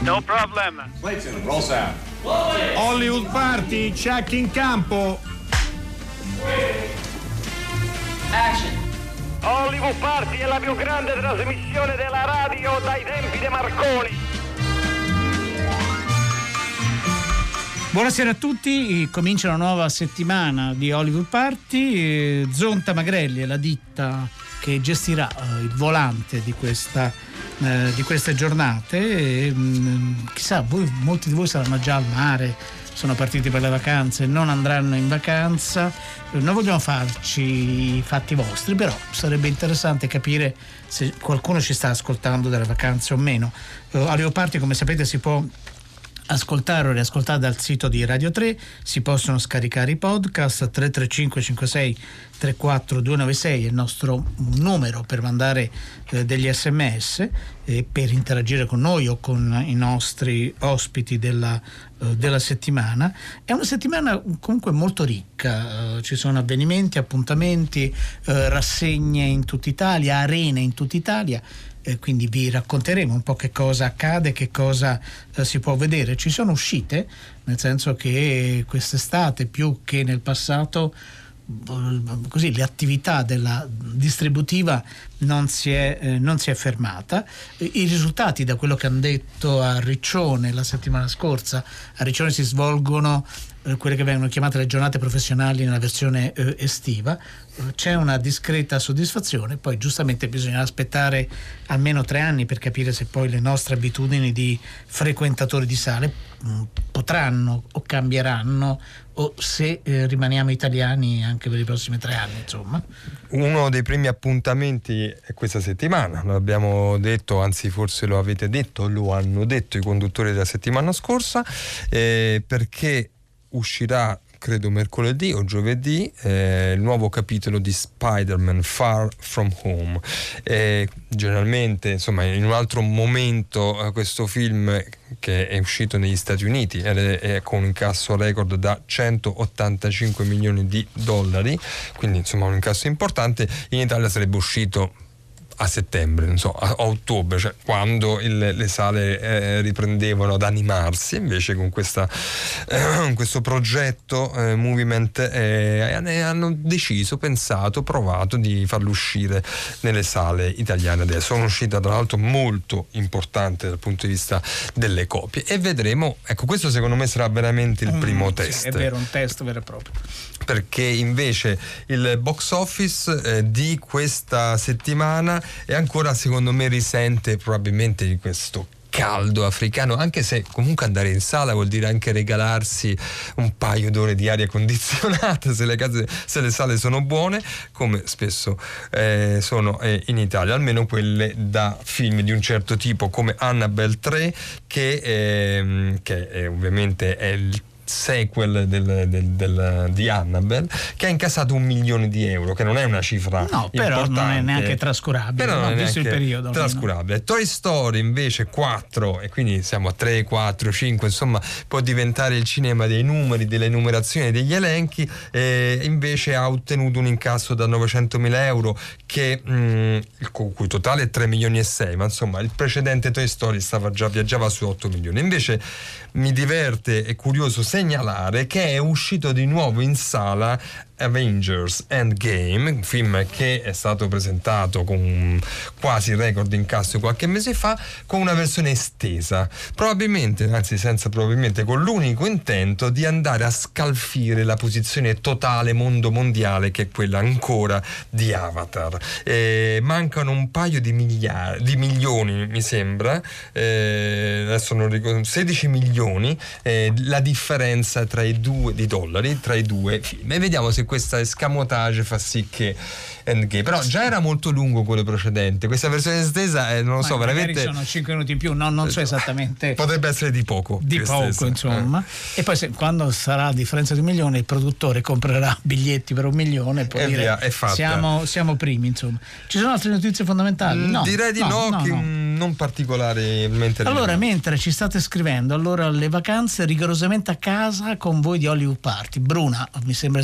No problem. Clayton, roll sound. Hollywood Party, check in campo. Action. Hollywood Party è la più grande trasmissione della radio dai tempi di Marconi. Buonasera a tutti, comincia una nuova settimana di Hollywood Party. Zonta Magrelli è la ditta che gestirà il volante di queste giornate. Chissà, molti di voi saranno già al mare, sono partiti per le vacanze, non andranno in vacanza. Noi vogliamo farci i fatti vostri, però sarebbe interessante capire se qualcuno ci sta ascoltando dalle vacanze o meno. Hollywood Party, come sapete, si può ascoltare o riascoltare dal sito di Radio 3, si possono scaricare i podcast. 335 56 34 296 è il nostro numero per mandare degli sms e per interagire con noi o con i nostri ospiti della settimana. È una settimana comunque molto ricca, ci sono avvenimenti, appuntamenti, rassegne in tutta Italia, arene in tutta Italia. Quindi vi racconteremo un po' che cosa accade, che cosa si può vedere. Ci sono uscite, nel senso che quest'estate più che nel passato così l'attività della distributiva non si è fermata. I risultati, da quello che hanno detto a Riccione la settimana scorsa, a Riccione si svolgono quelle che vengono chiamate le giornate professionali nella versione estiva. C'è una discreta soddisfazione, poi giustamente bisogna aspettare almeno 3 anni per capire se poi le nostre abitudini di frequentatori di sale potranno o cambieranno, o se rimaniamo italiani anche per i prossimi 3 anni, insomma. Uno dei primi appuntamenti è questa settimana, lo abbiamo detto, anzi forse lo avete detto, lo hanno detto i conduttori della settimana scorsa, perché uscirà, credo mercoledì o giovedì, il nuovo capitolo di Spider-Man Far From Home. Generalmente, insomma, in un altro momento questo film, che è uscito negli Stati Uniti è con un incasso record da 185 milioni di dollari, quindi insomma un incasso importante, in Italia sarebbe uscito a settembre, non so, a ottobre, cioè quando le sale riprendevano ad animarsi. Invece con questo progetto Movement hanno deciso, pensato, provato di farlo uscire nelle sale italiane adesso. È un'uscita tra l'altro molto importante dal punto di vista delle copie, e vedremo, ecco, questo secondo me sarà veramente il primo test. Sì, è vero, un test vero e proprio. Perché invece il box office di questa settimana è ancora, secondo me, risente probabilmente di questo caldo africano, anche se comunque andare in sala vuol dire anche regalarsi un paio d'ore di aria condizionata se le sale sono buone, come spesso sono in Italia, almeno quelle da film di un certo tipo come Annabelle 3, che ovviamente è il sequel di Annabelle, che ha incassato 1 milione di euro, che non è una cifra importante, però non è neanche trascurabile, però non è visto il periodo trascurabile. No? Toy Story invece 4, e quindi siamo a 3, 4, 5, insomma può diventare il cinema dei numeri, delle numerazioni, degli elenchi, invece ha ottenuto un incasso da 900.000 euro, che il cui totale è 3 milioni e 6, ma insomma il precedente Toy Story viaggiava su 8 milioni. Invece mi diverte, è curioso segnalare che è uscito di nuovo in sala Avengers Endgame, un film che è stato presentato con quasi record di incasso qualche mese fa, con una versione estesa, probabilmente con l'unico intento di andare a scalfire la posizione totale mondo mondiale, che è quella ancora di Avatar. Mancano un paio di milioni, mi sembra, adesso non ricordo, 16 milioni, la differenza tra i due di dollari tra i due film, e vediamo se questa escamotage fa sì che Endgame, però già era molto lungo quello precedente, questa versione estesa non lo so, veramente sono 5 minuti in più, non so esattamente, potrebbe essere di poco insomma. E poi quando sarà a differenza di 1 milione il produttore comprerà biglietti per 1 milione, può dire via, è fatta. Siamo primi, insomma. Ci sono altre notizie fondamentali? Direi di no, non particolarmente. Allora, mentre ci state scrivendo, le vacanze rigorosamente a casa con voi di Hollywood Party. Bruna, mi sembra esagerato,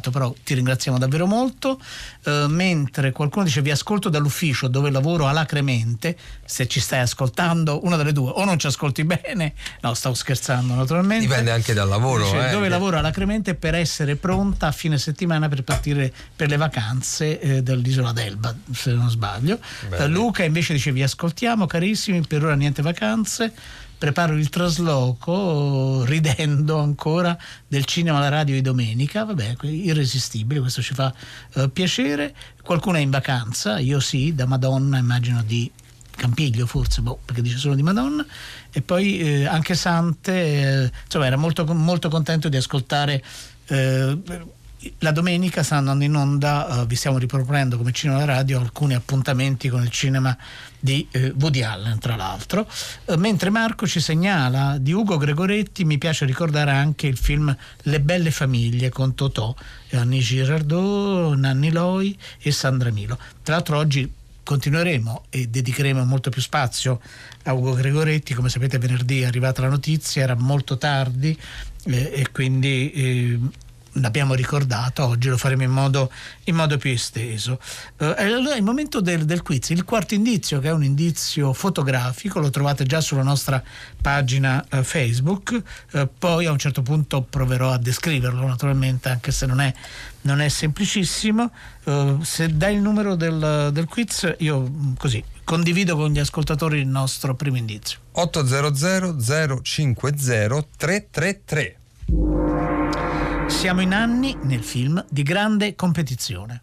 fatto, però ti ringraziamo davvero molto. Mentre qualcuno dice vi ascolto dall'ufficio dove lavoro alacremente, se ci stai ascoltando, una delle due, o non ci ascolti bene, no, stavo scherzando naturalmente, dipende anche dal lavoro, dice, dove lavoro alacremente per essere pronta a fine settimana per partire per le vacanze dell'isola d'Elba, se non sbaglio. Luca invece dice vi ascoltiamo carissimi, per ora niente vacanze, preparo il trasloco ridendo ancora del cinema alla radio di domenica, vabbè, irresistibile, questo ci fa piacere. Qualcuno è in vacanza, io sì, da Madonna, immagino di Campiglio forse, perché dice solo di Madonna. E poi anche Sante, insomma era molto, molto contento di ascoltare la domenica. Sta andando in onda, vi stiamo riproponendo come cinema alla radio alcuni appuntamenti con il cinema di Woody Allen, tra l'altro. Mentre Marco ci segnala di Ugo Gregoretti, mi piace ricordare anche il film Le belle famiglie con Totò, Annie Girardot, Nanni Loi e Sandra Milo. Tra l'altro oggi continueremo e dedicheremo molto più spazio a Ugo Gregoretti. Come sapete venerdì è arrivata la notizia, era molto tardi e quindi l'abbiamo ricordato, oggi lo faremo in modo più esteso. Allora è il momento del quiz, il quarto indizio, che è un indizio fotografico, lo trovate già sulla nostra pagina Facebook, poi a un certo punto proverò a descriverlo naturalmente, anche se non è semplicissimo. Se dai il numero del quiz, io così condivido con gli ascoltatori il nostro primo indizio. 800 050 333. Siamo in anni nel film di grande competizione.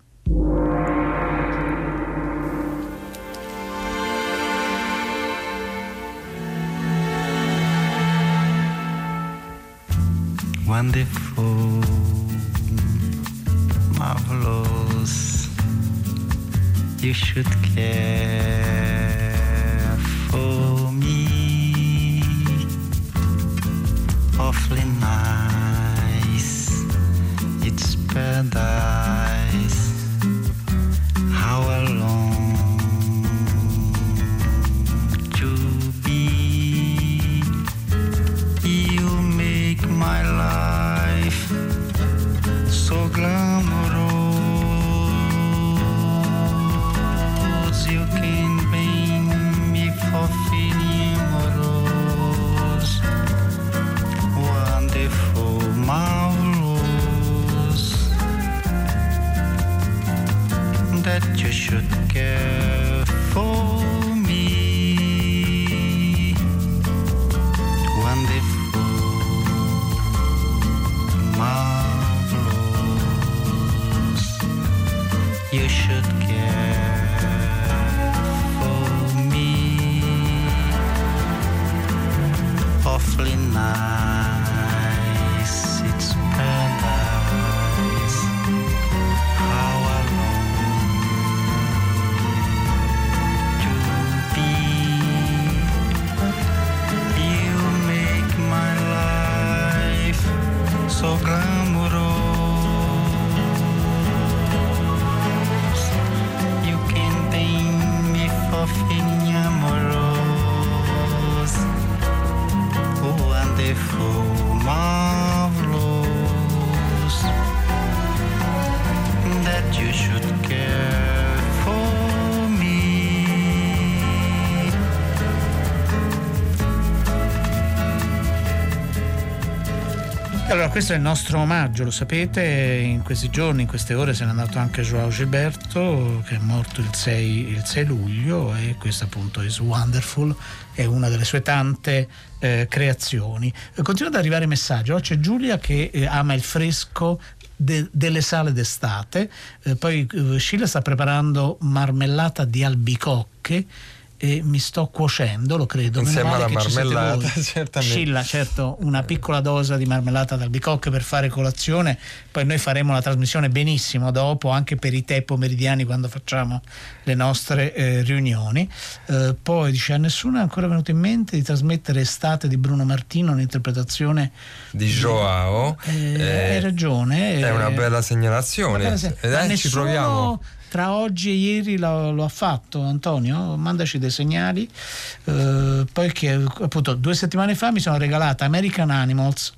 Wonderful, marvelous, you should care for me, awfully nice, it's paradise, how I long to be, you make my life so glamorous, you can bring me for feeling amorous, wonderful, marvelous, that you should care for me, wonderful, marvelous, you should care for me, awfully nice, it's paradise, how I long to be, you make my life so glamorous, you can paint me for feeling amorous, wonderful, marvelous, that you should care for me. Allora, questo è il nostro omaggio, lo sapete, in questi giorni, in queste ore se n'è andato anche Joao Gilberto, che è morto il 6 luglio, e questo appunto is Wonderful, è una delle sue tante creazioni. Continuano ad arrivare messaggi. Oggi c'è Giulia che ama il fresco delle sale d'estate, poi Scilla sta preparando marmellata di albicocche e mi sto cuocendo, lo credo. Insieme alla che marmellata, ci certamente. Scilla, certo, una piccola dose di marmellata d'albicocche per fare colazione, poi noi faremo la trasmissione benissimo dopo, anche per i tè pomeridiani quando facciamo le nostre riunioni. Poi dice: a nessuno è ancora venuto in mente di trasmettere Estate di Bruno Martino, un'interpretazione di Joao. Hai ragione, è una bella segnalazione. Ci proviamo. Tra oggi e ieri lo ha fatto Antonio, mandaci dei segnali. Poi che appunto 2 settimane fa mi sono regalata American Animals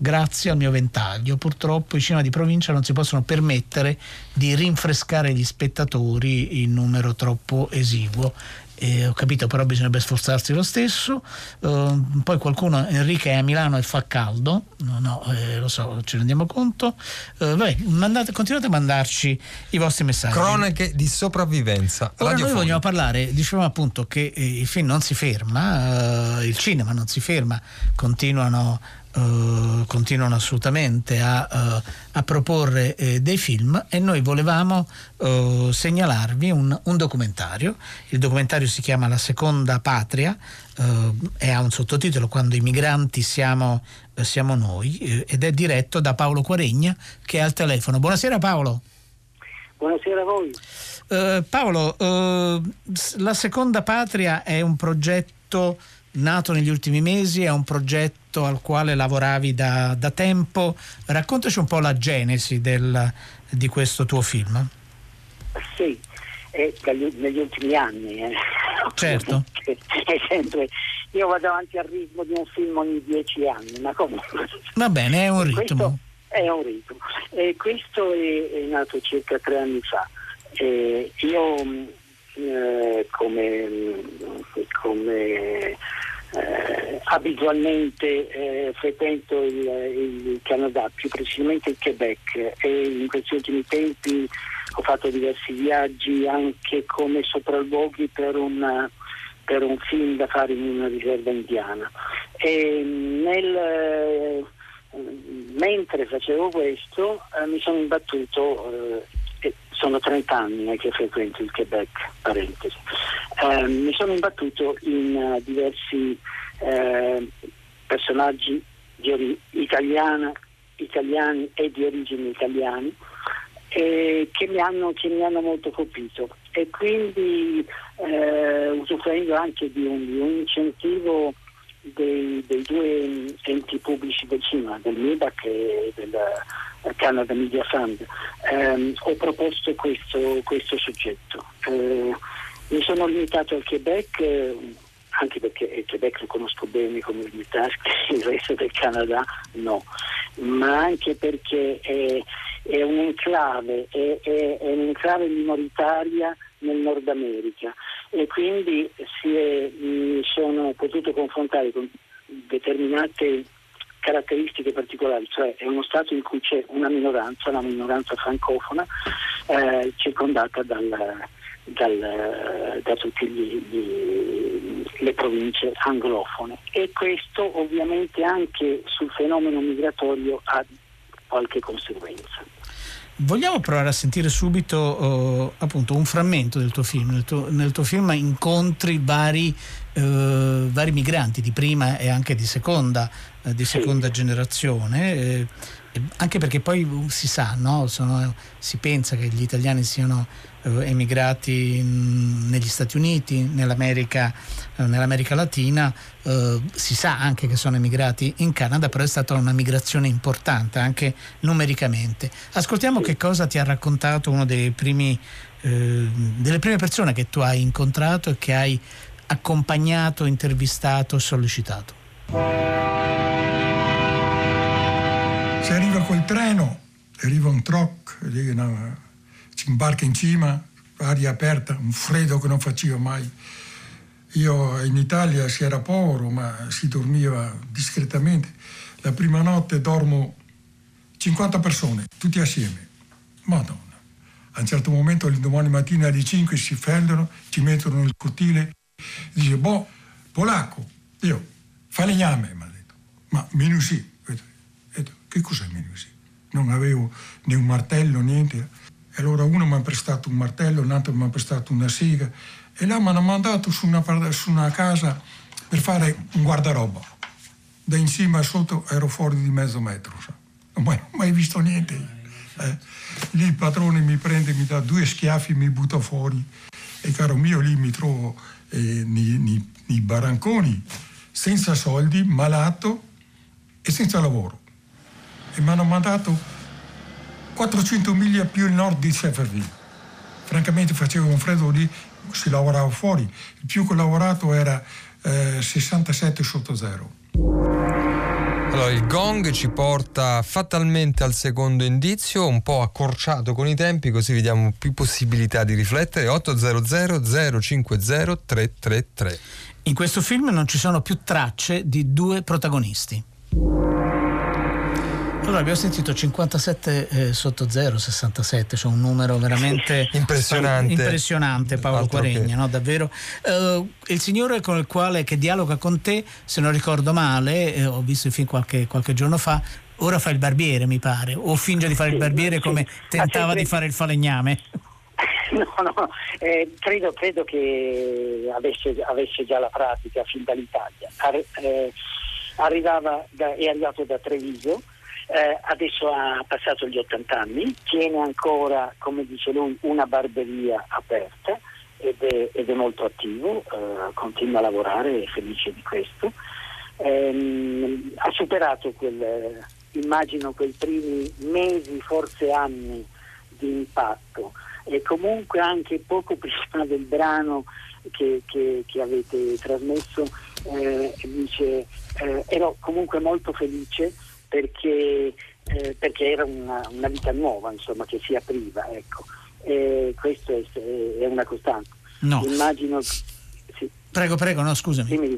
grazie al mio ventaglio. Purtroppo i cinema di provincia non si possono permettere di rinfrescare gli spettatori in numero troppo esiguo. Ho capito, però bisognerebbe sforzarsi lo stesso. Poi qualcuno, Enrique, è a Milano e fa caldo. No, lo so, ci rendiamo conto. Vabbè, continuate a mandarci i vostri messaggi. Cronache di sopravvivenza. Ora noi vogliamo parlare, dicevamo appunto che il film non si ferma, il cinema non si ferma, continuano assolutamente a proporre dei film, e noi volevamo segnalarvi un documentario. Il documentario si chiama La seconda patria e ha un sottotitolo Quando i migranti siamo noi, ed è diretto da Paolo Quaregna, che è al telefono. Buonasera Paolo. Buonasera a voi. Paolo, La seconda patria è un progetto nato negli ultimi mesi, è un progetto al quale lavoravi da tempo. Raccontaci un po' la genesi di questo tuo film. Sì, negli ultimi anni. Certo. È sempre, io vado avanti al ritmo di un film ogni 10 anni, ma comunque. Va bene, è un ritmo. È un ritmo. E questo è nato circa 3 anni fa. Io come abitualmente frequento il Canada, più precisamente il Quebec, e in questi ultimi tempi ho fatto diversi viaggi anche come sopralluoghi per un film da fare in una riserva indiana. E mentre facevo questo mi sono imbattuto, sono 30 anni che frequento il Quebec, parentesi, mi sono imbattuto in diversi personaggi italiani e di origini italiani, che mi hanno molto colpito, e quindi usufruendo anche di un incentivo dei 2 enti pubblici del cinema, del MIBAC e del Canada Media Fund, ho proposto questo soggetto. Mi sono limitato al Quebec, anche perché il Quebec lo conosco bene come il il resto del Canada no, ma anche perché è un'enclave, è un'enclave minoritaria nel Nord America, e quindi mi sono potuto confrontare con determinate caratteristiche particolari, cioè è uno stato in cui c'è una minoranza francofona, circondata da tutte le province anglofone, e questo ovviamente anche sul fenomeno migratorio ha qualche conseguenza. Vogliamo provare a sentire subito appunto un frammento del tuo film. Nel tuo film incontri vari migranti di prima e anche di seconda generazione, anche perché poi si sa, no? Si pensa che gli italiani siano emigrati negli Stati Uniti, nell'America Latina, si sa anche che sono emigrati in Canada, però è stata una migrazione importante anche numericamente. Ascoltiamo che cosa ti ha raccontato uno delle prime persone che tu hai incontrato e che hai accompagnato, intervistato, sollecitato. Se arriva col treno, arriva un truck, si imbarca in cima, aria aperta, un freddo che non faceva mai. Io in Italia si era povero, ma si dormiva discretamente. La prima notte dormo 50 persone, tutti assieme. Madonna. A un certo momento, l'indomani mattina alle 5 si fendono, ci mettono nel cortile, dice, polacco, io, falegname, mi ha detto. Ma minusi. Che cos'è minusi? Non avevo né un martello, niente. E allora uno mi ha prestato un martello, un altro mi ha prestato una sega, e là mi hanno mandato su una casa per fare un guardaroba. Da in cima a sotto ero fuori di mezzo metro. Non ho mai visto niente. Lì il padrone mi prende, mi dà 2 schiaffi, mi butta fuori. E caro mio, lì mi trovo nei baranconi, senza soldi, malato e senza lavoro. E mi hanno mandato 400 miglia più in nord di Sefferville. Francamente faceva un freddo lì, si lavorava fuori. Il più che ho lavorato era 67 sotto zero. Allora, il gong ci porta fatalmente al secondo indizio, un po' accorciato con i tempi, così vi diamo più possibilità di riflettere. 800 050 333. In questo film non ci sono più tracce di due protagonisti. Allora, abbiamo sentito 57 sotto 0, 67, cioè un numero veramente impressionante, Paolo Quaregna, no? Davvero. Il signore con il quale che dialoga con te, se non ricordo male, ho visto il film qualche giorno fa, ora fa il barbiere, mi pare, o finge di fare il barbiere come tentava di fare il falegname. No, credo che avesse già la pratica fin dall'Italia. È arrivato da Treviso. Adesso ha passato gli 80 anni, tiene ancora, come dice lui, una barberia aperta ed è molto attivo, continua a lavorare, è felice di questo. Ha superato immagino quei primi mesi, forse anni di impatto, e comunque anche poco prima del brano che avete trasmesso dice ero comunque molto felice perché era una vita nuova, insomma, che si apriva, ecco. Questo è una costante. No. Immagino sì. Prego, no, scusami.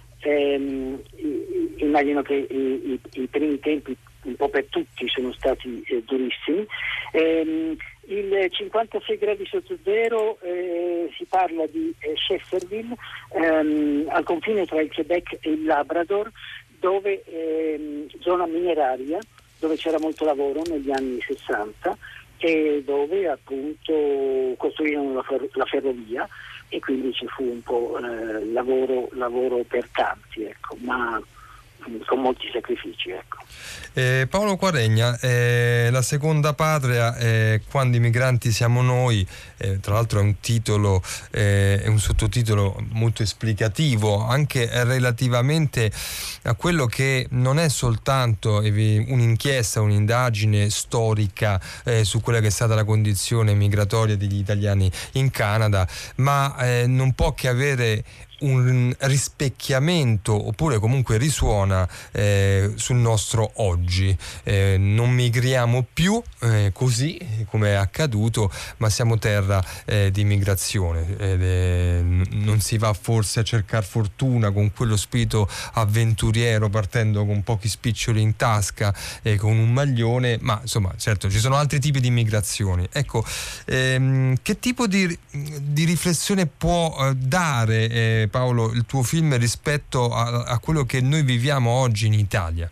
Immagino che i primi tempi un po' per tutti sono stati durissimi. Il 56 gradi sotto zero, si parla di Shefferville, al confine tra il Quebec e il Labrador, dove zona mineraria, dove c'era molto lavoro negli anni 60 e dove appunto costruirono la ferrovia, e quindi ci fu un po' lavoro per tanti, ecco, ma con molti sacrifici, ecco. Paolo Quaregna, la seconda patria, quando i migranti siamo noi, tra l'altro è un titolo, è un sottotitolo molto esplicativo anche relativamente a quello che non è soltanto un'inchiesta, un'indagine storica su quella che è stata la condizione migratoria degli italiani in Canada, ma non può che avere un rispecchiamento, oppure comunque risuona sul nostro oggi. Non migriamo più così come è accaduto, ma siamo terra di migrazione. Non si va forse a cercare fortuna con quello spirito avventuriero, partendo con pochi spiccioli in tasca e con un maglione, ma insomma, certo, ci sono altri tipi di migrazioni. Ecco, che tipo di riflessione può dare Paolo il tuo film rispetto a quello che noi viviamo oggi in Italia?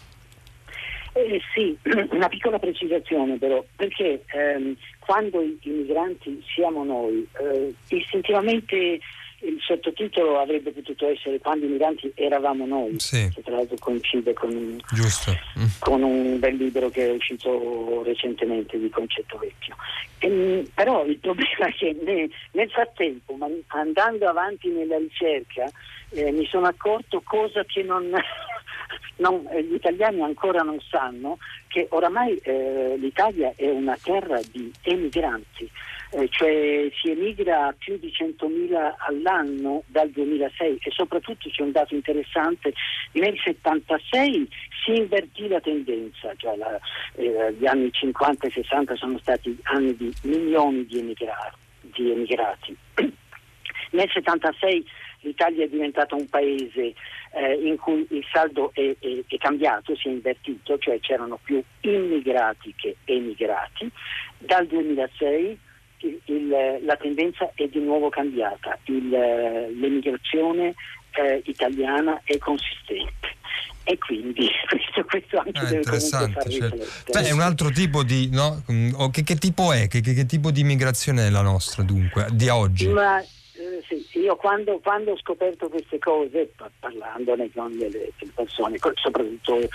Sì, una piccola precisazione però, perché quando i migranti siamo noi, istintivamente il sottotitolo avrebbe potuto essere quando i migranti eravamo noi, sì, che tra l'altro coincide con un bel libro che è uscito recentemente di Concetto Vecchio. Però il problema è che nel frattempo, andando avanti nella ricerca, mi sono accorto, cosa che gli italiani ancora non sanno, che oramai l'Italia è una terra di emigranti. Cioè si emigra a più di 100.000 all'anno dal 2006, e soprattutto c'è un dato interessante: nel 76 si invertì la tendenza, cioè gli anni 50 e 60 sono stati anni di milioni di emigrati. Nel 76 l'Italia è diventata un paese in cui il saldo è cambiato, si è invertito, cioè c'erano più immigrati che emigrati. Dal 2006 la tendenza è di nuovo cambiata, l'emigrazione italiana è consistente, e quindi questo anche deve comunque far riflettere. È un altro tipo di, no? Che tipo è? Che tipo di immigrazione è la nostra, dunque, di oggi? Sì, io quando ho scoperto queste cose, parlandone con le persone, soprattutto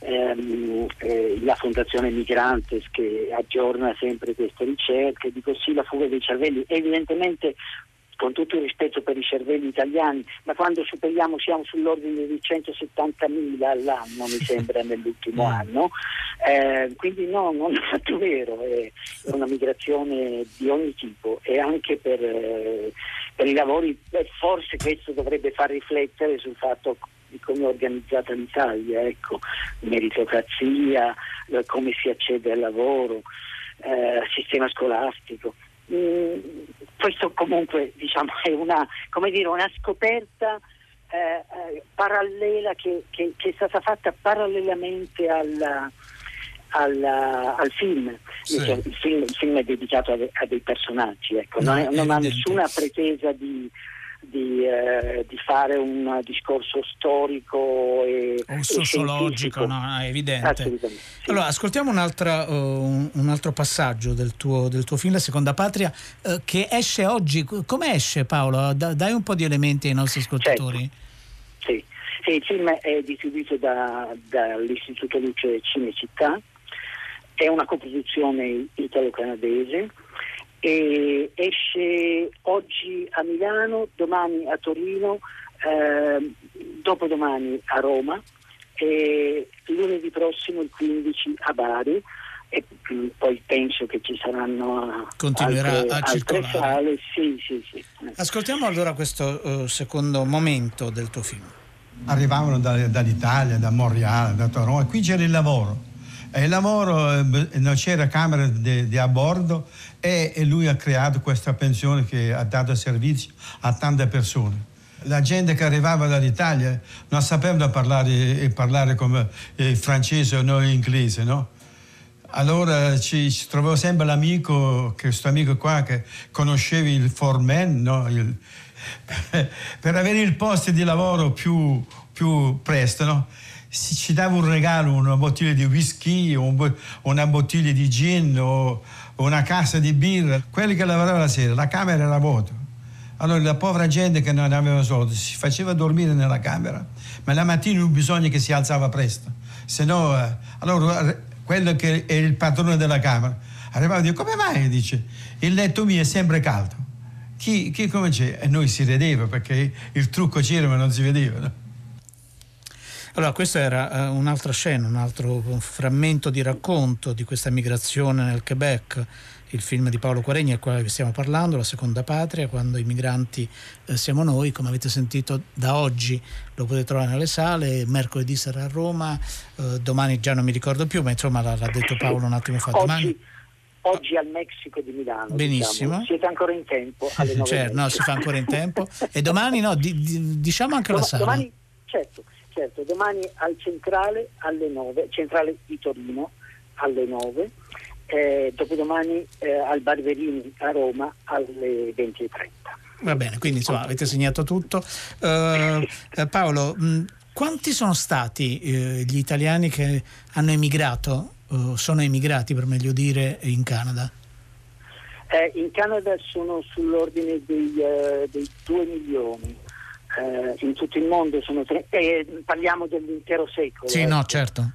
la Fondazione Migrantes, che aggiorna sempre queste ricerche, dico sì, la fuga dei cervelli, evidentemente, con tutto il rispetto per i cervelli italiani, ma quando superiamo siamo sull'ordine di 170.000 all'anno, mi sembra, nell'ultimo anno, quindi no, non è fatto vero, è una migrazione di ogni tipo, e anche per i lavori. Forse questo dovrebbe far riflettere sul fatto di come è organizzata l'Italia, ecco, meritocrazia, come si accede al lavoro, sistema scolastico. Questo comunque, diciamo, è una scoperta parallela che è stata fatta parallelamente al film. Sì. Il film è dedicato a dei personaggi, ecco. Non ha nessuna pretesa di fare un discorso storico o sociologico, no, è evidente. Assolutamente, sì. Allora, ascoltiamo un altro passaggio del tuo film, La Seconda Patria, che esce oggi. Come esce, Paolo? Dai un po' di elementi ai nostri ascoltatori. Certo. Sì, il film è distribuito dall'Istituto Luce Cinecittà, è una coproduzione italo-canadese e esce oggi a Milano, domani a Torino, dopodomani a Roma e lunedì prossimo, il 15, a Bari, e poi penso che ci saranno continuerà a circolare. Sale. Sì. Ascoltiamo allora questo secondo momento del tuo film. Arrivavano dall'Italia, da Montreal, da Toronto, e qui c'era il lavoro. E il lavoro non c'era camera a bordo e lui ha creato questa pensione che ha dato servizio a tante persone. La gente che arrivava dall'Italia non sapeva parlare come francese o no inglese, no? Allora ci trovavo sempre l'amico, questo amico qua che conosceva il foreman, no? Per avere il posto di lavoro più presto, no? Ci dava un regalo, una bottiglia di whisky, una bottiglia di gin o una cassa di birra. Quelli che lavoravano la sera, la camera era vuota. Allora la povera gente che non aveva soldi si faceva dormire nella camera, ma la mattina bisogna che si alzava presto, se no allora quello che è il padrone della camera arrivava e dice: come mai? Dice: il letto mio è sempre caldo. Chi come c'è? E noi si rideva perché il trucco c'era ma non si vedeva, no? Allora, questa era un'altra scena, un altro frammento di racconto di questa migrazione nel Quebec, il film di Paolo Quaregni al quale vi stiamo parlando, La Seconda Patria, quando i migranti siamo noi. Come avete sentito, da oggi lo potete trovare nelle sale, mercoledì sarà a Roma, domani già non mi ricordo più, ma insomma l'ha detto Paolo un attimo fa. Oggi al Mexico di Milano. Benissimo. Diciamo. Siete ancora in tempo alle 9. Certo, no, si fa ancora in tempo. E domani no, diciamo anche la sala. Domani, certo, domani al Centrale alle 9, Centrale di Torino alle 9, dopodomani al Barberini a Roma alle 20:30. Va bene, quindi insomma avete segnato tutto. Paolo, quanti sono stati gli italiani che hanno emigrato, sono emigrati per meglio dire, in Canada? In Canada sono sull'ordine dei 2 milioni. In tutto il mondo sono parliamo dell'intero secolo. Sì, no, certo.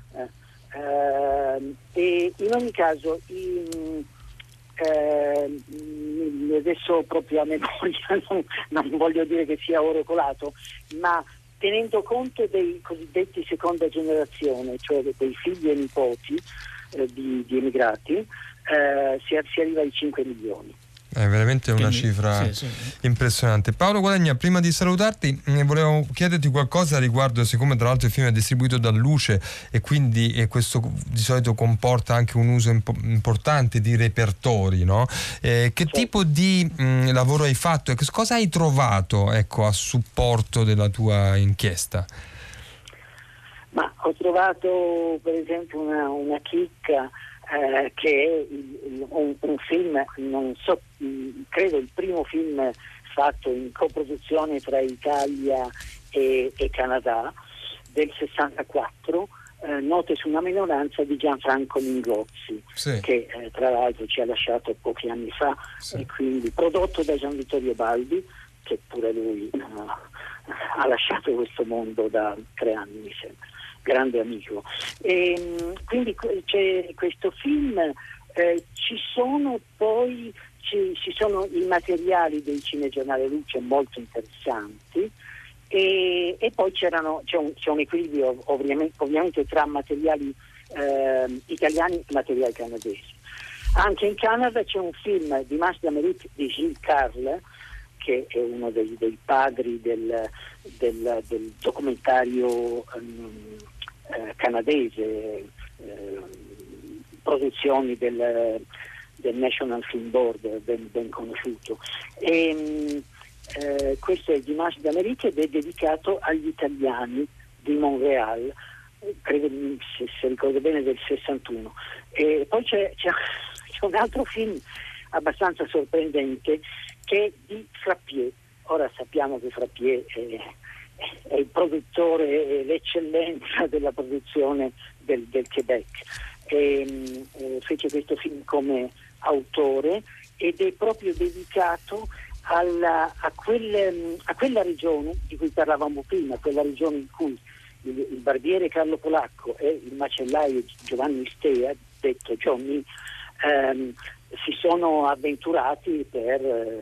E in ogni caso adesso proprio a memoria non voglio dire che sia oro colato, ma tenendo conto dei cosiddetti seconda generazione, cioè dei figli e nipoti di emigrati, si arriva ai 5 milioni. È veramente una cifra impressionante. Paolo Guadagna, prima di salutarti volevo chiederti qualcosa riguardo, siccome tra l'altro il film è distribuito da Luce e quindi questo di solito comporta anche un uso importante di repertori, no? Che tipo di lavoro hai fatto e cosa hai trovato, ecco, a supporto della tua inchiesta? Ma ho trovato per esempio una chicca che è un film, non so, credo il primo film fatto in coproduzione tra Italia e Canada del 64, Note su una minoranza di Gianfranco Minglozzi, che tra l'altro ci ha lasciato pochi anni fa, e quindi prodotto da Gian Vittorio Baldi, che pure lui ha lasciato questo mondo da 3 anni mi sembra. Grande amico. E quindi c'è questo film, ci sono i materiali del Cinegiornale Luce molto interessanti e poi c'è un equilibrio ovviamente tra materiali italiani e materiali canadesi. Anche in Canada c'è un film di Mas d'Amérique di Gilles Carle che è uno dei padri del documentario canadese, produzioni del National Film Board, ben conosciuto. Questo è Dimanche d'Amérique ed è dedicato agli italiani di Montréal, credo, se ricordo bene, del 61. E poi c'è un altro film abbastanza sorprendente che è di Frappier. Ora sappiamo che Frappier è il produttore, l'eccellenza della produzione del Quebec. Fece questo film come autore ed è proprio dedicato a quella regione di cui parlavamo prima, quella regione in cui il barbiere Carlo Polacco e il macellaio Giovanni Stea, detto Johnny, si sono avventurati per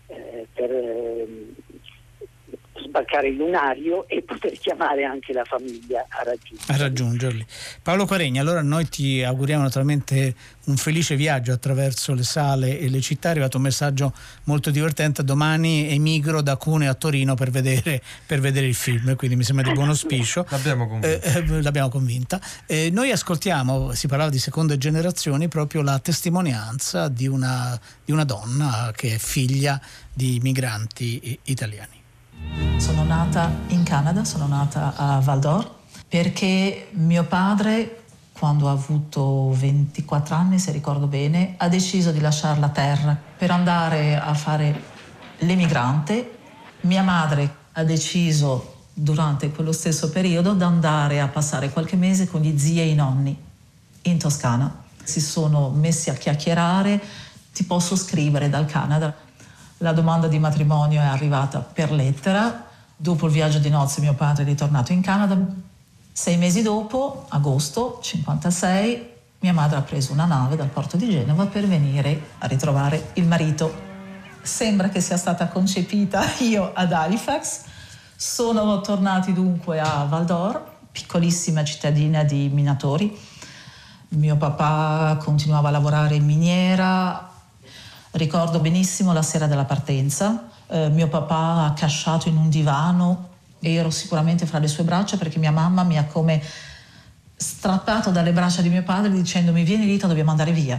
sbarcare il lunario e poter chiamare anche la famiglia a raggiungerli. Paolo Quaregni, allora noi ti auguriamo naturalmente un felice viaggio attraverso le sale e le città. È arrivato un messaggio molto divertente: domani emigro da Cuneo a Torino per vedere il film, quindi mi sembra di buon auspicio. L'abbiamo convinta. Noi ascoltiamo, si parlava di seconde generazioni, proprio la testimonianza di una donna che è figlia di migranti italiani. Sono nata in Canada, sono nata a Val d'Or, perché mio padre, quando ha avuto 24 anni, se ricordo bene, ha deciso di lasciare la terra per andare a fare l'emigrante. Mia madre ha deciso, durante quello stesso periodo, di andare a passare qualche mese con gli zii e i nonni in Toscana. Si sono messi a chiacchierare: ti posso scrivere dal Canada? La domanda di matrimonio è arrivata per lettera. Dopo il viaggio di nozze mio padre è ritornato in Canada. 6 mesi dopo, agosto 56, mia madre ha preso una nave dal porto di Genova per venire a ritrovare il marito. Sembra che sia stata concepita io ad Halifax. Sono tornati dunque a Val d'Or, piccolissima cittadina di minatori. Mio papà continuava a lavorare in miniera. Ricordo benissimo la sera della partenza, mio papà accasciato in un divano, e ero sicuramente fra le sue braccia, perché mia mamma mi ha come strappato dalle braccia di mio padre dicendomi: vieni Rita, dobbiamo andare via.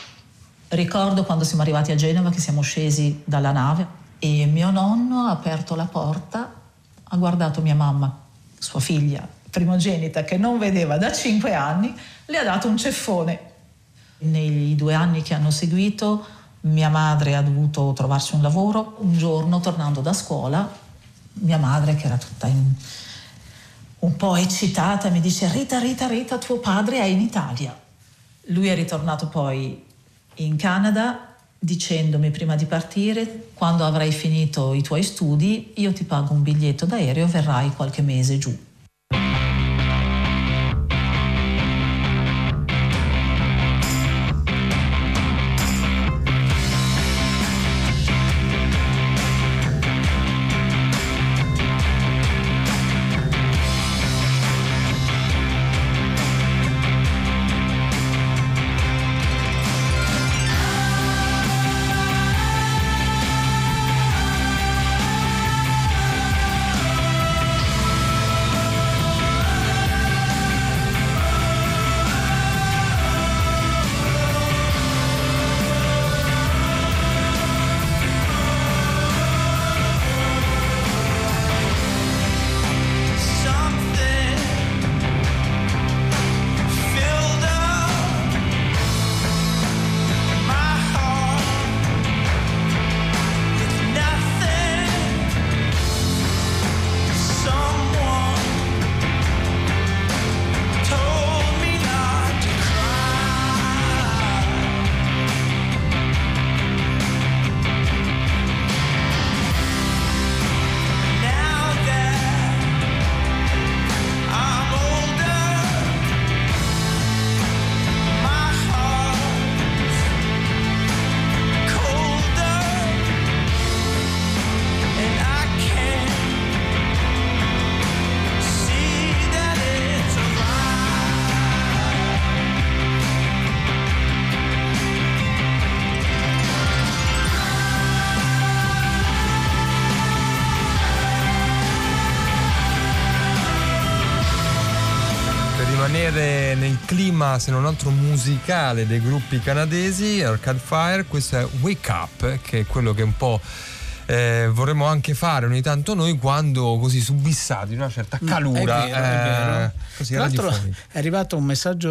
Ricordo quando siamo arrivati a Genova che siamo scesi dalla nave e mio nonno ha aperto la porta, ha guardato mia mamma, sua figlia primogenita che non vedeva da 5 anni, le ha dato un ceffone. Nei 2 anni che hanno seguito mia madre ha dovuto trovarsi un lavoro. Un giorno, tornando da scuola, mia madre, che era tutta un po' eccitata, mi dice: Rita, tuo padre è in Italia. Lui è ritornato poi in Canada dicendomi prima di partire: quando avrai finito i tuoi studi io ti pago un biglietto d'aereo e verrai qualche mese giù. Per rimanere nel clima, se non altro musicale, dei gruppi canadesi, Arcade Fire, questo è Wake Up, che è quello che un po' vorremmo anche fare ogni tanto noi, quando così subissati una certa calura. È vero. Così tra l'altro è arrivato un messaggio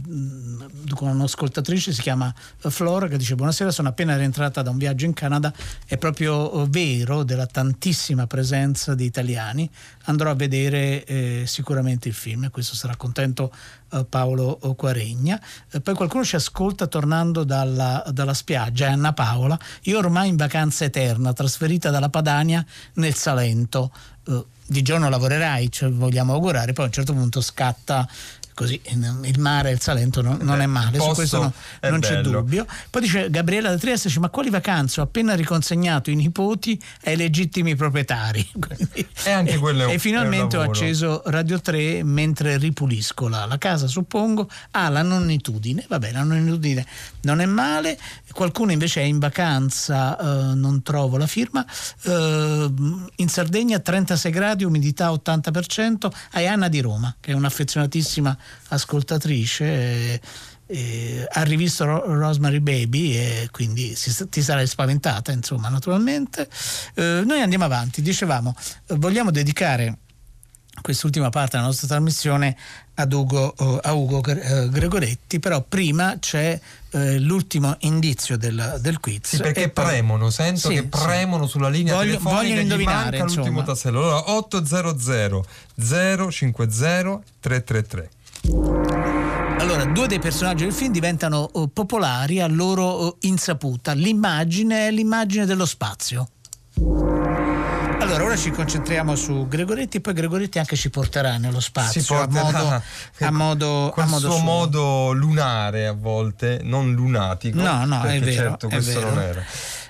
con un'ascoltatrice, si chiama Flora, che dice: buonasera, sono appena rientrata da un viaggio in Canada, è proprio vero della tantissima presenza di italiani, andrò a vedere sicuramente il film, e questo sarà contento Paolo Quaregna. Poi qualcuno ci ascolta tornando dalla spiaggia, è Anna Paola: io ormai in vacanza eterna, trasferita dalla Padania nel Salento. Di giorno lavorerai, ce vogliamo augurare, poi a un certo punto scatta così, il mare, il Salento non è male, su questo non c'è dubbio. Poi dice Gabriella da Trieste, dice: ma quali vacanze, ho appena riconsegnato i nipoti ai legittimi proprietari. Quindi, e anche quello e finalmente ho acceso Radio 3 mentre ripulisco la casa, suppongo. La nonnitudine, vabbè, la nonnitudine non è male. Qualcuno invece è in vacanza, non trovo la firma, in Sardegna 36 gradi, umidità 80%, è Anna di Roma, che è un'affezionatissima ascoltatrice, ha rivisto Rosemary Baby e quindi ti sarai spaventata, insomma, naturalmente. Noi andiamo avanti, dicevamo, vogliamo dedicare quest'ultima parte della nostra trasmissione a Ugo Gregoretti, però prima c'è l'ultimo indizio del quiz. Sì, perché premono, sento che premono sulla linea telefonica, vogliono indovinare, gli manca l'ultimo tassello. Allora 800 050 333. Allora, due dei personaggi del film diventano popolari a loro insaputa. L'immagine è l'immagine dello spazio. Allora, ora ci concentriamo su Gregoretti, e poi Gregoretti anche ci porterà nello spazio a modo suo suo. Modo lunare, a volte non lunatico. No, è vero. Certo, questo non era.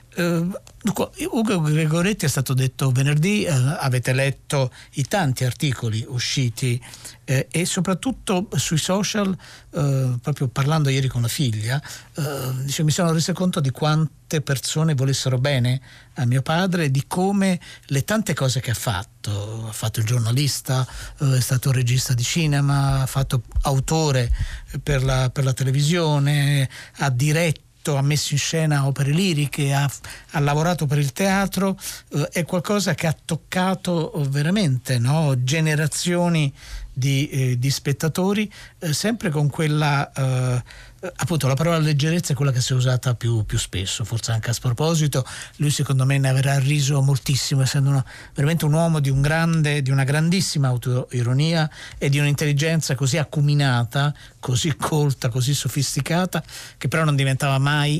Ugo Gregoretti è stato detto venerdì, avete letto i tanti articoli usciti e soprattutto sui social, proprio parlando ieri con la figlia, mi sono reso conto di quante persone volessero bene a mio padre e di come le tante cose che ha fatto il giornalista, è stato regista di cinema, ha fatto autore per la televisione, ha diretto, ha messo in scena opere liriche, ha lavorato per il teatro, è qualcosa che ha toccato veramente, no? Generazioni di spettatori, sempre con quella appunto la parola leggerezza è quella che si è usata più spesso, forse anche a sproposito. Lui secondo me ne avrà riso moltissimo, essendo veramente un uomo di una grandissima autoironia e di un'intelligenza così acuminata, così colta, così sofisticata, che però non diventava mai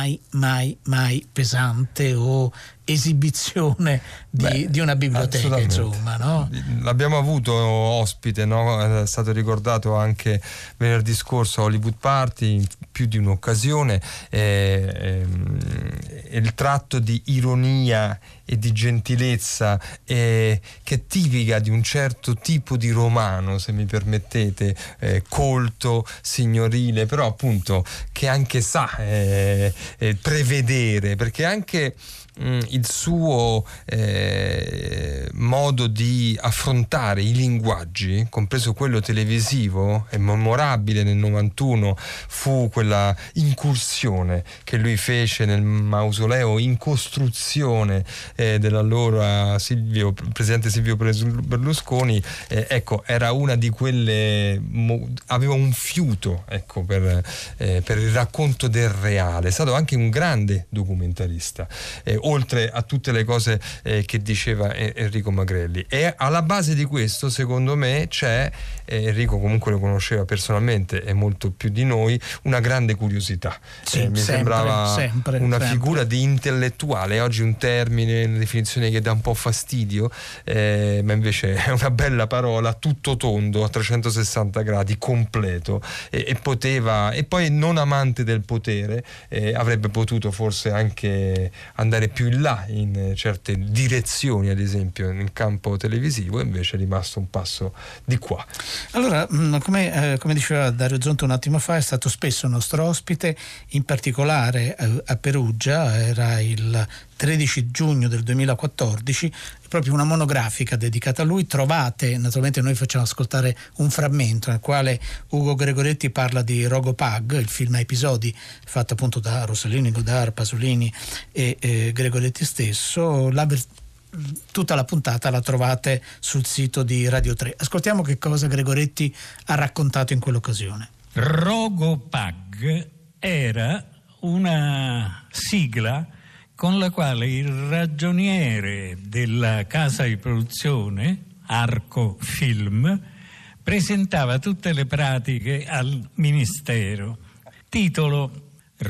pesante o esibizione di una biblioteca, insomma, no? L'abbiamo avuto ospite, no? È stato ricordato anche venerdì scorso a Hollywood Party in più di un'occasione, il tratto di ironia e di gentilezza che è tipica di un certo tipo di romano, se mi permettete, colto, signorile, però appunto che anche sa prevedere, perché anche il suo modo di affrontare i linguaggi, compreso quello televisivo, è memorabile. Nel 91 fu quella incursione che lui fece nel mausoleo in costruzione dell'allora presidente Silvio Berlusconi. Ecco, era una di quelle, aveva un fiuto, ecco, per il racconto del reale. È stato anche un grande documentarista, oltre a tutte le cose che diceva Enrico Magrelli. E alla base di questo, secondo me, c'è, Enrico comunque lo conosceva personalmente e molto più di noi, una grande curiosità. Mi sembrava una figura di intellettuale. Oggi un termine, una definizione che dà un po' fastidio, ma invece è una bella parola, tutto tondo, a 360 gradi, completo, e poteva, e poi non amante del potere, avrebbe potuto forse anche andare più in là in certe direzioni, ad esempio nel campo televisivo, e invece è rimasto un passo di qua. Allora, come diceva Dario Zonta un attimo fa, è stato spesso nostro ospite, in particolare a Perugia, era il 13 giugno del 2014, è proprio una monografica dedicata a lui. Trovate, naturalmente noi facciamo ascoltare un frammento nel quale Ugo Gregoretti parla di Rogopag, il film a episodi fatto appunto da Rossellini, Godard, Pasolini e Gregoretti stesso. Tutta la puntata la trovate sul sito di Radio 3. Ascoltiamo che cosa Gregoretti ha raccontato in quell'occasione. Rogopag era una sigla con la quale il ragioniere della casa di produzione, Arco Film, presentava tutte le pratiche al Ministero. Titolo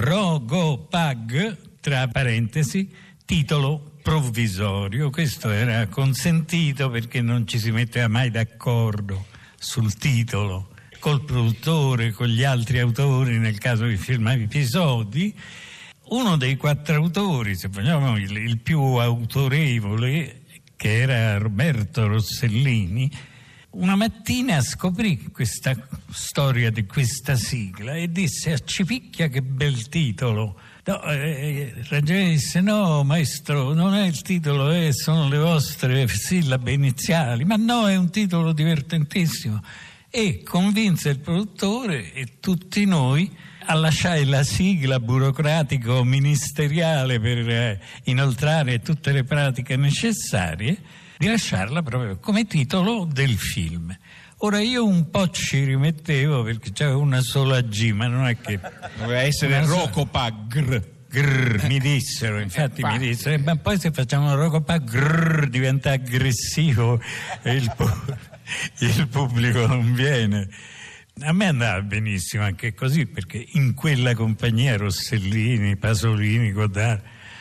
Rogopag, tra parentesi, titolo provvisorio. Questo era consentito perché non ci si metteva mai d'accordo sul titolo col produttore, con gli altri autori nel caso di film a episodi. Uno dei 4 autori, se vogliamo il più autorevole, che era Roberto Rossellini, una mattina scoprì questa storia di questa sigla e disse: "Accipicchia, che bel titolo!" No, Ragione disse: "No, maestro, non è il titolo, sono le vostre sillabe iniziali." "Ma no, è un titolo divertentissimo." E convinse il produttore e tutti noi a lasciare la sigla burocratico-ministeriale per inoltrare tutte le pratiche necessarie, di lasciarla proprio come titolo del film. Ora io un po' ci rimettevo perché c'era una sola G, ma non è che... Doveva essere Rogopag. Mi dissero, infatti mi dissero, ma poi se facciamo Rogopag diventa aggressivo e il pubblico non viene. A me andava benissimo anche così, perché in quella compagnia Rossellini, Pasolini, Godard,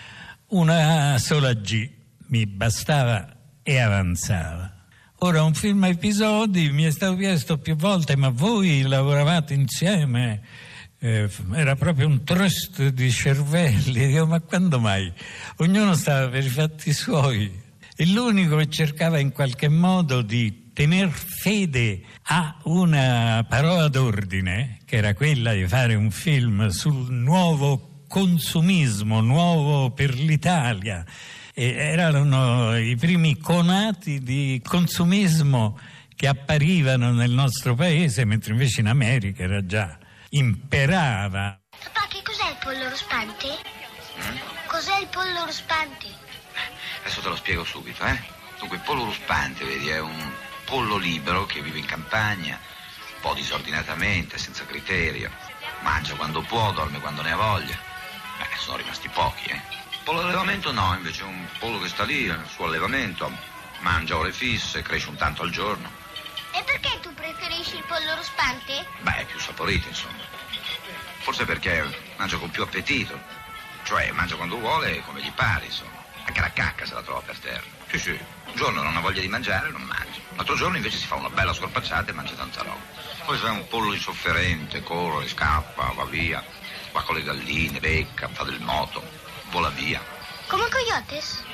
una sola G mi bastava e avanzava. Ora, un film a episodi, mi è stato chiesto più volte: ma voi lavoravate insieme? Era proprio un trust di cervelli. Dico: ma quando mai? Ognuno stava per i fatti suoi e l'unico che cercava in qualche modo di tener fede a una parola d'ordine, che era quella di fare un film sul nuovo consumismo, nuovo per l'Italia. E erano i primi conati di consumismo che apparivano nel nostro paese, mentre invece in America era già imperava. Papà, che cos'è il pollo ruspante? Cos'è il pollo ruspante? Adesso te lo spiego subito, Dunque, il pollo ruspante, vedi, è un pollo libero che vive in campagna, un po' disordinatamente, senza criterio. Mangia quando può, dorme quando ne ha voglia. Sono rimasti pochi, Il pollo d'allevamento no, invece è un pollo che sta lì, nel suo allevamento, mangia ore fisse, cresce un tanto al giorno. E perché tu preferisci il pollo ruspante? È più saporito, insomma. Forse perché mangia con più appetito, cioè mangia quando vuole e come gli pare, insomma. Anche la cacca se la trova per terra. Sì, un giorno non ha voglia di mangiare, non mangia. L'altro giorno invece si fa una bella scorpacciata e mangia tanta roba. Poi se è un pollo insofferente, corre, scappa, va via, va con le galline, becca, fa del moto, vola via. Come un coyotes?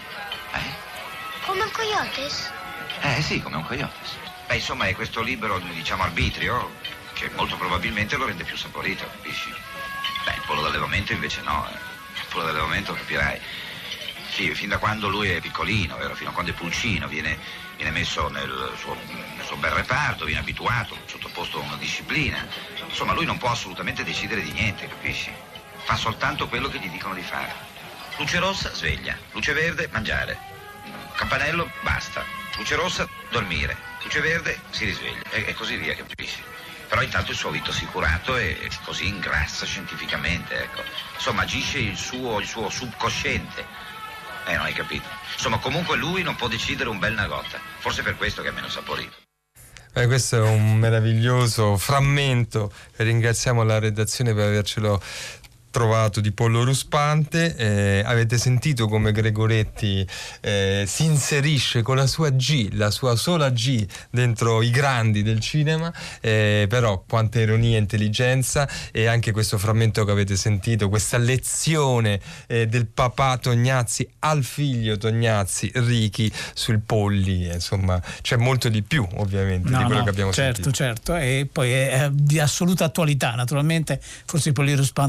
Come un coyotes? Sì, come un coyotes. Insomma, è questo libero, diciamo, arbitrio che molto probabilmente lo rende più saporito, capisci? Il pollo d'allevamento invece no. Il pollo d'allevamento, capirai. Sì, fin da quando lui è piccolino, vero? Fino a quando è pulcino, viene messo nel suo bel reparto, viene abituato, sottoposto a una disciplina. Insomma, lui non può assolutamente decidere di niente, capisci? Fa soltanto quello che gli dicono di fare. Luce rossa, sveglia. Luce verde, mangiare. Campanello, basta. Luce rossa, dormire. Luce verde, si risveglia. E così via, capisci? Però intanto il suo vitto assicurato e così ingrassa scientificamente, ecco. Insomma, agisce il suo subconsciente. Non hai capito. Insomma, comunque lui non può decidere un bel nagotta. Forse per questo che è meno saporito. Questo è un meraviglioso frammento. Ringraziamo la redazione per avercelo trovato, di pollo ruspante. Avete sentito come Gregoretti si inserisce con la sua G, la sua sola G, dentro i grandi del cinema, però quanta ironia e intelligenza. E anche questo frammento che avete sentito, questa lezione del papà Tognazzi al figlio Tognazzi, Ricky, sui polli, insomma c'è molto di più ovviamente di quello che abbiamo sentito. Certo, e poi è di assoluta attualità, naturalmente. Forse i polli ruspanti non si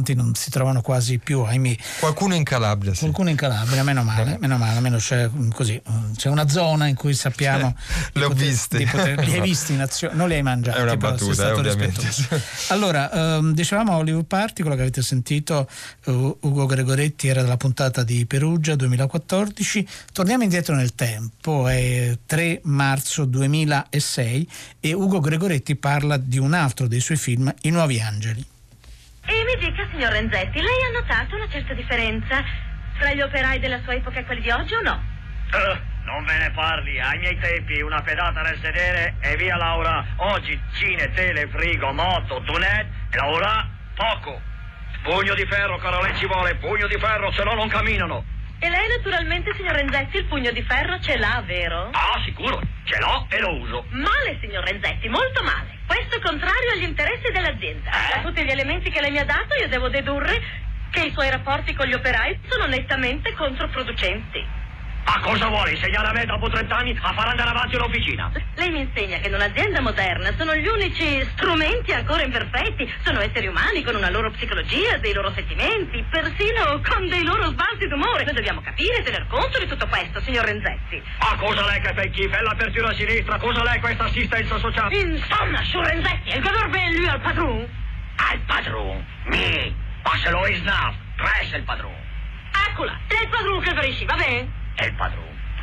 si trovano quasi più, ahimè. Qualcuno in Calabria, sì. Qualcuno in Calabria, meno male, almeno c'è così, c'è una zona in cui sappiamo li ho visti. Li hai visti in azione, non li hai mangiati. È una battuta, ovviamente. Allora, dicevamo Hollywood Party, quello che avete sentito, Ugo Gregoretti, era della puntata di Perugia 2014. Torniamo indietro nel tempo, è 3 marzo 2006 e Ugo Gregoretti parla di un altro dei suoi film, I Nuovi Angeli. E mi dica, signor Renzetti, lei ha notato una certa differenza tra gli operai della sua epoca e quelli di oggi o no? Non ve ne parli, ai miei tempi una pedata nel sedere e via Laura. Oggi cine, tele, frigo, moto, tunet e ora poco. Pugno di ferro, caro, lei ci vuole, pugno di ferro, se no non camminano. E lei naturalmente, signor Renzetti, il pugno di ferro ce l'ha, vero? Ah, sicuro, ce l'ho e lo uso. Male, signor Renzetti, molto male. Questo è contrario agli interessi dell'azienda. Da tutti gli elementi che lei mi ha dato io devo dedurre che i suoi rapporti con gli operai sono nettamente controproducenti. Ma cosa vuole insegnare a me dopo 30 anni a far andare avanti un'officina? Lei mi insegna che in un'azienda moderna sono gli unici strumenti ancora imperfetti. Sono esseri umani con una loro psicologia, dei loro sentimenti, persino con dei loro sbalzi d'umore. Noi dobbiamo capire e tener conto di tutto questo, signor Renzetti. Ma cosa lei che fa il chifo? È l'apertura a sinistra? Cosa lei questa assistenza sociale? Insomma, signor Renzetti, il gador ben lui al padron? Al padron? Mi! Passelo in snaf! Pressa il padron! Eccola, è il padron che verisci, va bene? È il padron.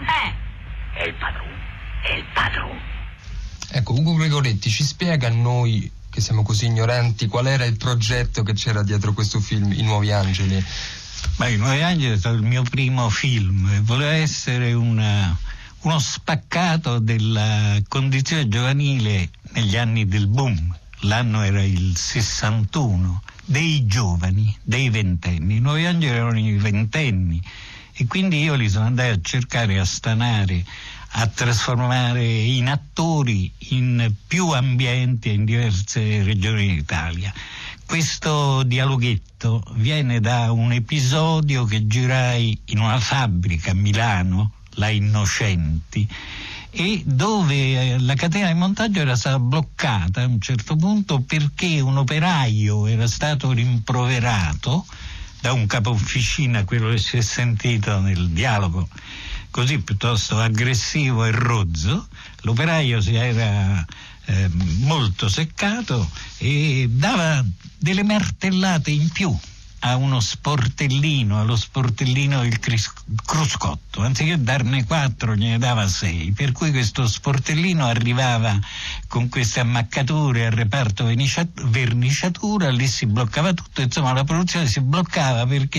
È il padron. È il padron. Ecco, Ugo Gregoretti ci spiega a noi che siamo così ignoranti qual era il progetto che c'era dietro questo film, I Nuovi Angeli. Ma I Nuovi Angeli è stato il mio primo film e voleva essere uno spaccato della condizione giovanile negli anni del boom. L'anno era il 61, dei giovani, dei ventenni. I Nuovi Angeli erano i ventenni. E quindi io li sono andati a cercare, a stanare, a trasformare in attori in più ambienti e in diverse regioni d'Italia. Questo dialoghetto viene da un episodio che girai in una fabbrica a Milano, la Innocenti, e dove la catena di montaggio era stata bloccata a un certo punto perché un operaio era stato rimproverato da un capo officina, quello che si è sentito nel dialogo così piuttosto aggressivo e rozzo. L'operaio si era molto seccato e dava delle martellate in più a uno sportellino, allo sportellino del cruscotto, anziché darne 4 gliene dava 6, per cui questo sportellino arrivava con queste ammaccature al reparto verniciatura, lì si bloccava tutto, insomma la produzione si bloccava perché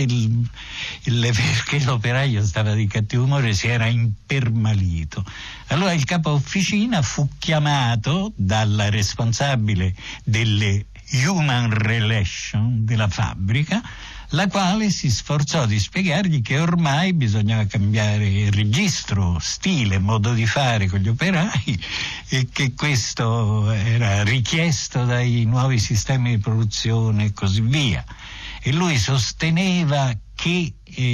l'operaio stava di cattivo umore, si era impermalito. Allora il capo officina fu chiamato dalla responsabile delle Human Relation della fabbrica, la quale si sforzò di spiegargli che ormai bisognava cambiare registro, stile, modo di fare con gli operai e che questo era richiesto dai nuovi sistemi di produzione e così via. E lui sosteneva che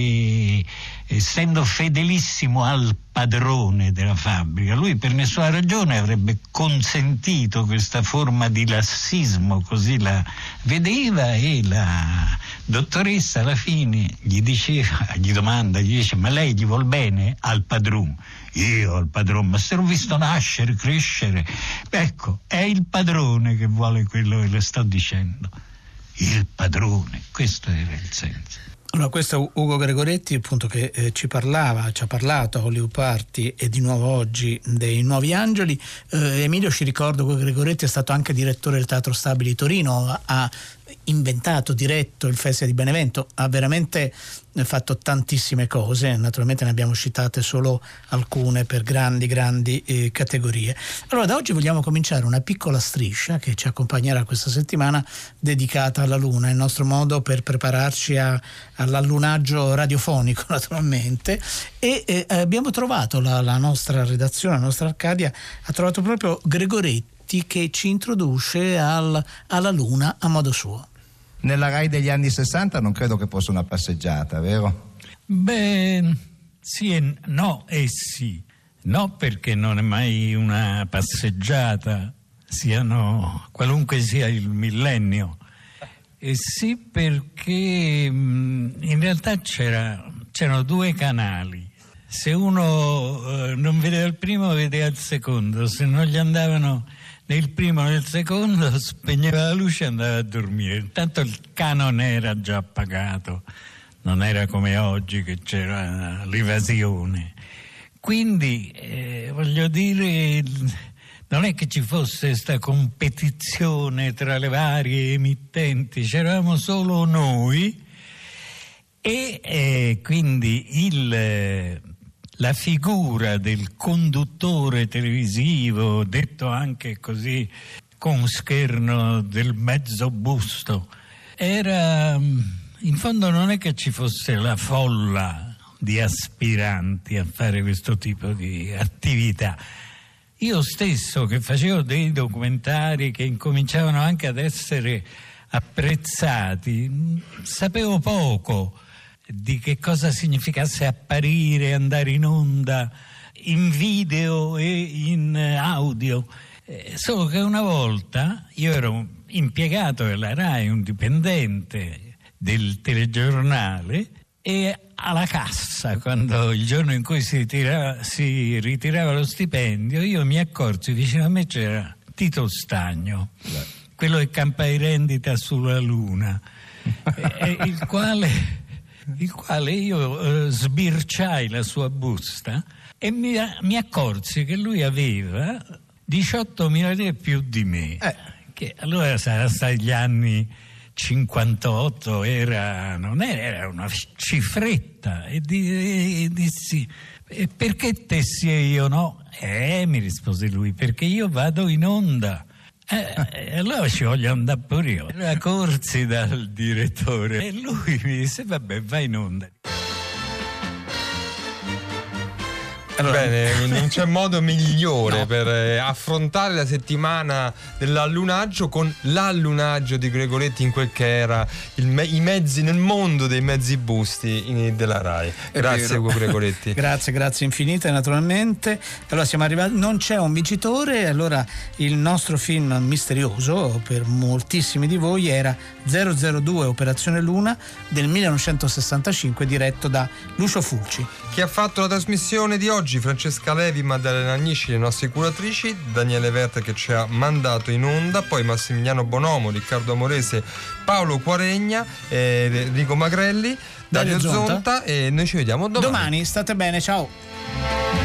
essendo fedelissimo al padrone della fabbrica, lui per nessuna ragione avrebbe consentito questa forma di lassismo, così la vedeva, e la dottoressa alla fine gli dice, ma lei gli vuol bene al padrone? Io al padrone, ma se l'ho visto nascere, crescere. Ecco, è il padrone che vuole quello che le sto dicendo. Il padrone, questo era il senso. Allora, questo è Ugo Gregoretti, appunto, che ci ha parlato a Hollywood Party e di nuovo oggi dei Nuovi Angeli. Emilio ci ricorda che Ugo Gregoretti è stato anche direttore del Teatro Stabile di Torino, ha inventato, diretto il Festival di Benevento, ha veramente fatto tantissime cose, naturalmente ne abbiamo citate solo alcune per grandi categorie. Allora, da oggi vogliamo cominciare una piccola striscia che ci accompagnerà questa settimana, dedicata alla Luna, il nostro modo per prepararci all'allunaggio radiofonico, naturalmente, e abbiamo trovato la nostra redazione, la nostra Arcadia ha trovato proprio Gregoretti che ci introduce alla Luna a modo suo. Nella Rai degli anni 60 non credo che fosse una passeggiata, vero? Beh, sì e no e sì. No, perché non è mai una passeggiata, qualunque sia il millennio. Sì, perché in realtà c'erano due canali. Se uno non vedeva il primo, vedeva il secondo. Se non gli andavano né il primo né il secondo, spegneva la luce e andava a dormire. Intanto il canone era già pagato, non era come oggi che c'era l'evasione. Quindi, voglio dire, non è che ci fosse questa competizione tra le varie emittenti, c'eravamo solo noi e quindi la figura del conduttore televisivo, detto anche così con scherno del mezzo busto, era, in fondo non è che ci fosse la folla di aspiranti a fare questo tipo di attività. Io stesso, che facevo dei documentari che incominciavano anche ad essere apprezzati, sapevo poco di che cosa significasse apparire, andare in onda, in video e in audio. Solo che una volta io ero impiegato della RAI, un dipendente del telegiornale, e alla cassa, quando il giorno in cui si ritirava lo stipendio, io mi accorsi, vicino a me c'era Tito Stagno, quello che campa di rendita sulla Luna, il quale io sbirciai la sua busta e mi accorsi che lui aveva 18.000 lire più di me, che allora sarà stati gli anni 58, era una cifretta, e dissi: e perché tessi e io no? Mi rispose lui, perché io vado in onda. Allora ci voglio andare pure io. Allora corsi dal direttore e lui mi disse: vabbè, vai in onda. Bene, non c'è modo migliore per affrontare la settimana dell'allunaggio con l'allunaggio di Gregoretti in quel che era i mezzi, nel mondo dei mezzi busti della RAI. Grazie Ugo Gregoretti. Grazie infinite, naturalmente. Allora siamo arrivati, non c'è un vincitore, allora il nostro film misterioso per moltissimi di voi era 002 Operazione Luna del 1965, diretto da Lucio Fulci. Chi ha fatto la trasmissione di oggi? Francesca Levi, Maddalena Agnisci, le nostre curatrici, Daniele Verta che ci ha mandato in onda, poi Massimiliano Bonomo, Riccardo Amorese, Paolo Quaregna, Enrico Magrelli, Dario Zonta, e noi ci vediamo domani. State bene, ciao.